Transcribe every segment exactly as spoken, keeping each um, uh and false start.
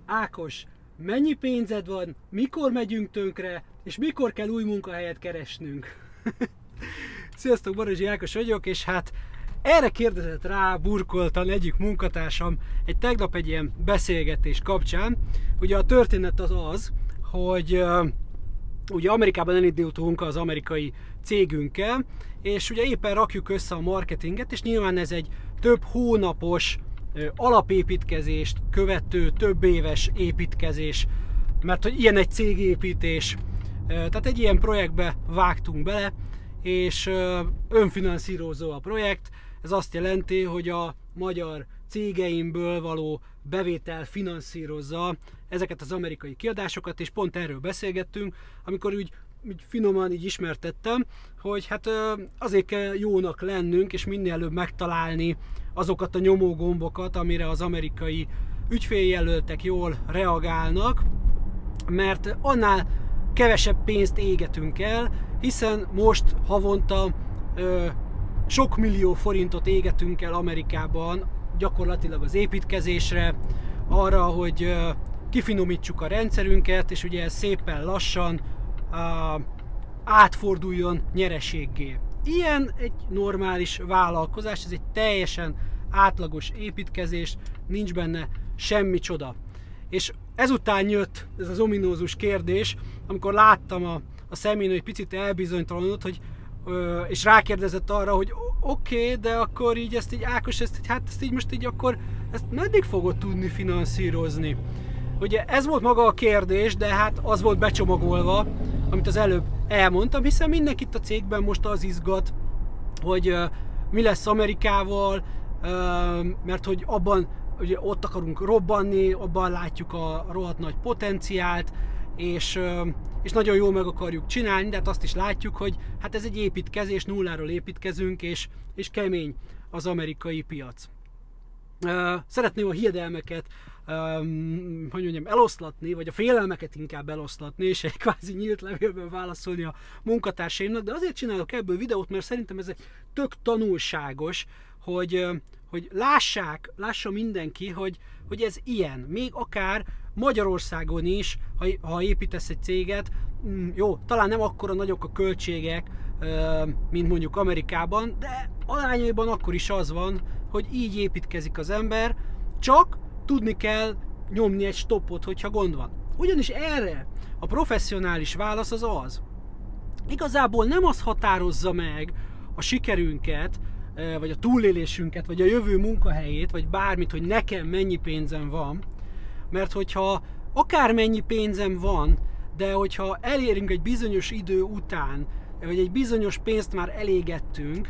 Ákos, mennyi pénzed van, mikor megyünk tönkre, és mikor kell új munkahelyet keresnünk? Sziasztok, Barosi Ákos vagyok, és hát erre kérdezett rá burkoltan egyik munkatársam egy tegnap egy ilyen beszélgetés kapcsán. Ugye a történet az az, hogy uh, ugye Amerikában elindultunk az amerikai cégünkkel, és ugye éppen rakjuk össze a marketinget, és nyilván ez egy több hónapos uh, alapépítkezést követő, több éves építkezés, mert hogy ilyen egy cégépítés, uh, tehát egy ilyen projektbe vágtunk bele, és uh, önfinanszírozó a projekt. Ez azt jelenti, hogy a magyar cégeimből való bevétel finanszírozza ezeket az amerikai kiadásokat, és pont erről beszélgettünk, amikor úgy, úgy finoman így ismertettem, hogy hát azért kell jónak lennünk, és minél előbb megtalálni azokat a nyomógombokat, amire az amerikai ügyféljelöltek jól reagálnak, mert annál kevesebb pénzt égetünk el, hiszen most havonta ö, sok millió forintot égetünk el Amerikában gyakorlatilag az építkezésre, arra, hogy ö, kifinomítsuk a rendszerünket, és ugye ez szépen lassan ö, átforduljon nyereséggé. Ilyen egy normális vállalkozás, ez egy teljesen átlagos építkezés, nincs benne semmi csoda. És ezután jött ez az ominózus kérdés, amikor láttam a, a szemén, hogy picit elbizonytalanodott, hogy, ö, és rákérdezett arra, hogy oké, okay, de akkor így ezt így Ákos, ezt így, hát ezt így most így akkor, ezt meddig fogod tudni finanszírozni? Ugye ez volt maga a kérdés, de hát az volt becsomagolva, amit az előbb elmondtam, hiszen mindenkit a cégben most az izgat, hogy ö, mi lesz Amerikával, ö, mert hogy abban ugye ott akarunk robbanni, abban látjuk a rohadt nagy potenciált, és, és nagyon jól meg akarjuk csinálni, de hát azt is látjuk, hogy hát ez egy építkezés, nulláról építkezünk, és, és kemény az amerikai piac. Szeretném a hiedelmeket, hogy mondjam, eloszlatni, vagy a félelmeket inkább eloszlatni, és egy kvázi nyílt levélből válaszolni a munkatársaimnak, de azért csinálok ebből videót, mert szerintem ez egy tök tanulságos, hogy hogy lássák, lássa mindenki, hogy, hogy ez ilyen. Még akár Magyarországon is, ha, ha építesz egy céget, jó, talán nem akkora nagyok a költségek, mint mondjuk Amerikában, de arányaiban akkor is az van, hogy így építkezik az ember, csak tudni kell nyomni egy stoppot, hogyha gond van. Ugyanis erre a professzionális válasz az az. Igazából nem az határozza meg a sikerünket, vagy a túlélésünket, vagy a jövő munkahelyét, vagy bármit, hogy nekem mennyi pénzem van, mert hogyha akármennyi pénzem van, de hogyha elérünk egy bizonyos idő után, vagy egy bizonyos pénzt már elégettünk,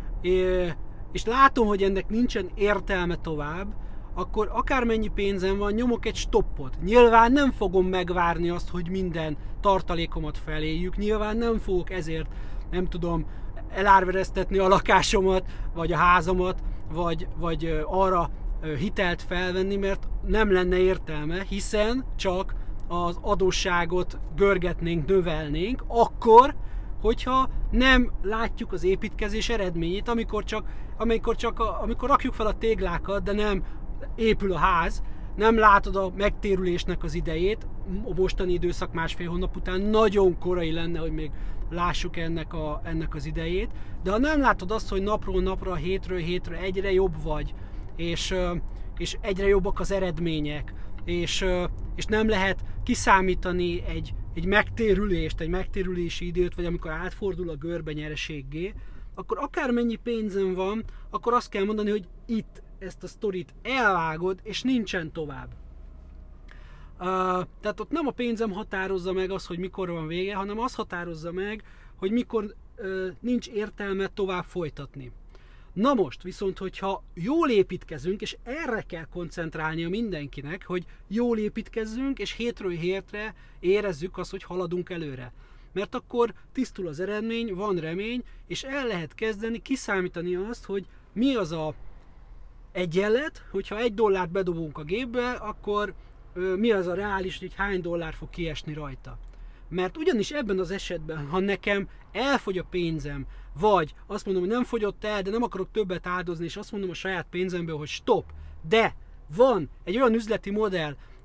és látom, hogy ennek nincsen értelme tovább, akkor akármennyi pénzem van, nyomok egy stoppot. Nyilván nem fogom megvárni azt, hogy minden tartalékomat feléljük, nyilván nem fogok ezért, nem tudom, elárvereztetni a lakásomat, vagy a házamat, vagy, vagy arra hitelt felvenni, mert nem lenne értelme, hiszen csak az adósságot görgetnénk, növelnénk, akkor, hogyha nem látjuk az építkezés eredményét, amikor csak, amikor csak a, amikor rakjuk fel a téglákat, de nem épül a ház, nem látod a megtérülésnek az idejét, a mostani időszak másfél hónap után nagyon korai lenne, hogy még lássuk ennek, a, ennek az idejét, de ha nem látod azt, hogy napról napra, hétről hétre egyre jobb vagy, és, és egyre jobbak az eredmények, és, és nem lehet kiszámítani egy, egy megtérülést, egy megtérülési időt, vagy amikor átfordul a görbe nyereséggé, akkor akármennyi pénzem van, akkor azt kell mondani, hogy itt ezt a sztorit elvágod, és nincsen tovább. Uh, tehát ott nem a pénzem határozza meg az, hogy mikor van vége, hanem az határozza meg, hogy mikor uh, nincs értelme tovább folytatni. Na most viszont, hogyha jól építkezünk, és erre kell koncentrálnia mindenkinek, hogy jól építkezzünk, és hétről hétre érezzük azt, hogy haladunk előre. Mert akkor tisztul az eredmény, van remény, és el lehet kezdeni kiszámítani azt, hogy mi az a egyenlet, hogyha egy dollárt bedobunk a gépbe, akkor mi az a reális, hogy hány dollár fog kiesni rajta. Mert ugyanis ebben az esetben, ha nekem elfogy a pénzem, vagy azt mondom, hogy nem fogyott el, de nem akarok többet áldozni, és azt mondom a saját pénzemből, hogy stop, de van egy olyan üzleti modell,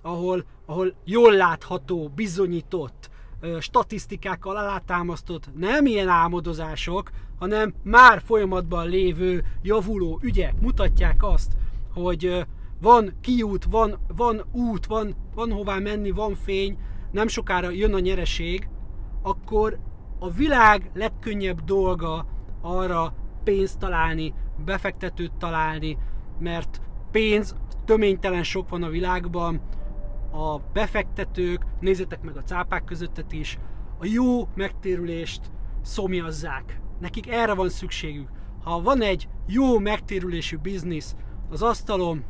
ahol, ahol jól látható, bizonyított, statisztikákkal alátámasztott, nem ilyen álmodozások, hanem már folyamatban lévő, javuló ügyek mutatják azt, hogy van kiút, van, van út, van, van hová menni, van fény, nem sokára jön a nyereség, akkor a világ legkönnyebb dolga arra pénzt találni, befektetőt találni, mert pénz töménytelen sok van a világban, a befektetők, nézzétek meg a cápák közöttet is, a jó megtérülést szomjazzák. Nekik erre van szükségük. Ha van egy jó megtérülésű biznisz az asztalon,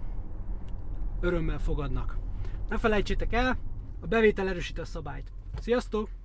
örömmel fogadnak. Ne felejtsétek el, a bevétel erősíti a szabályt. Sziasztok!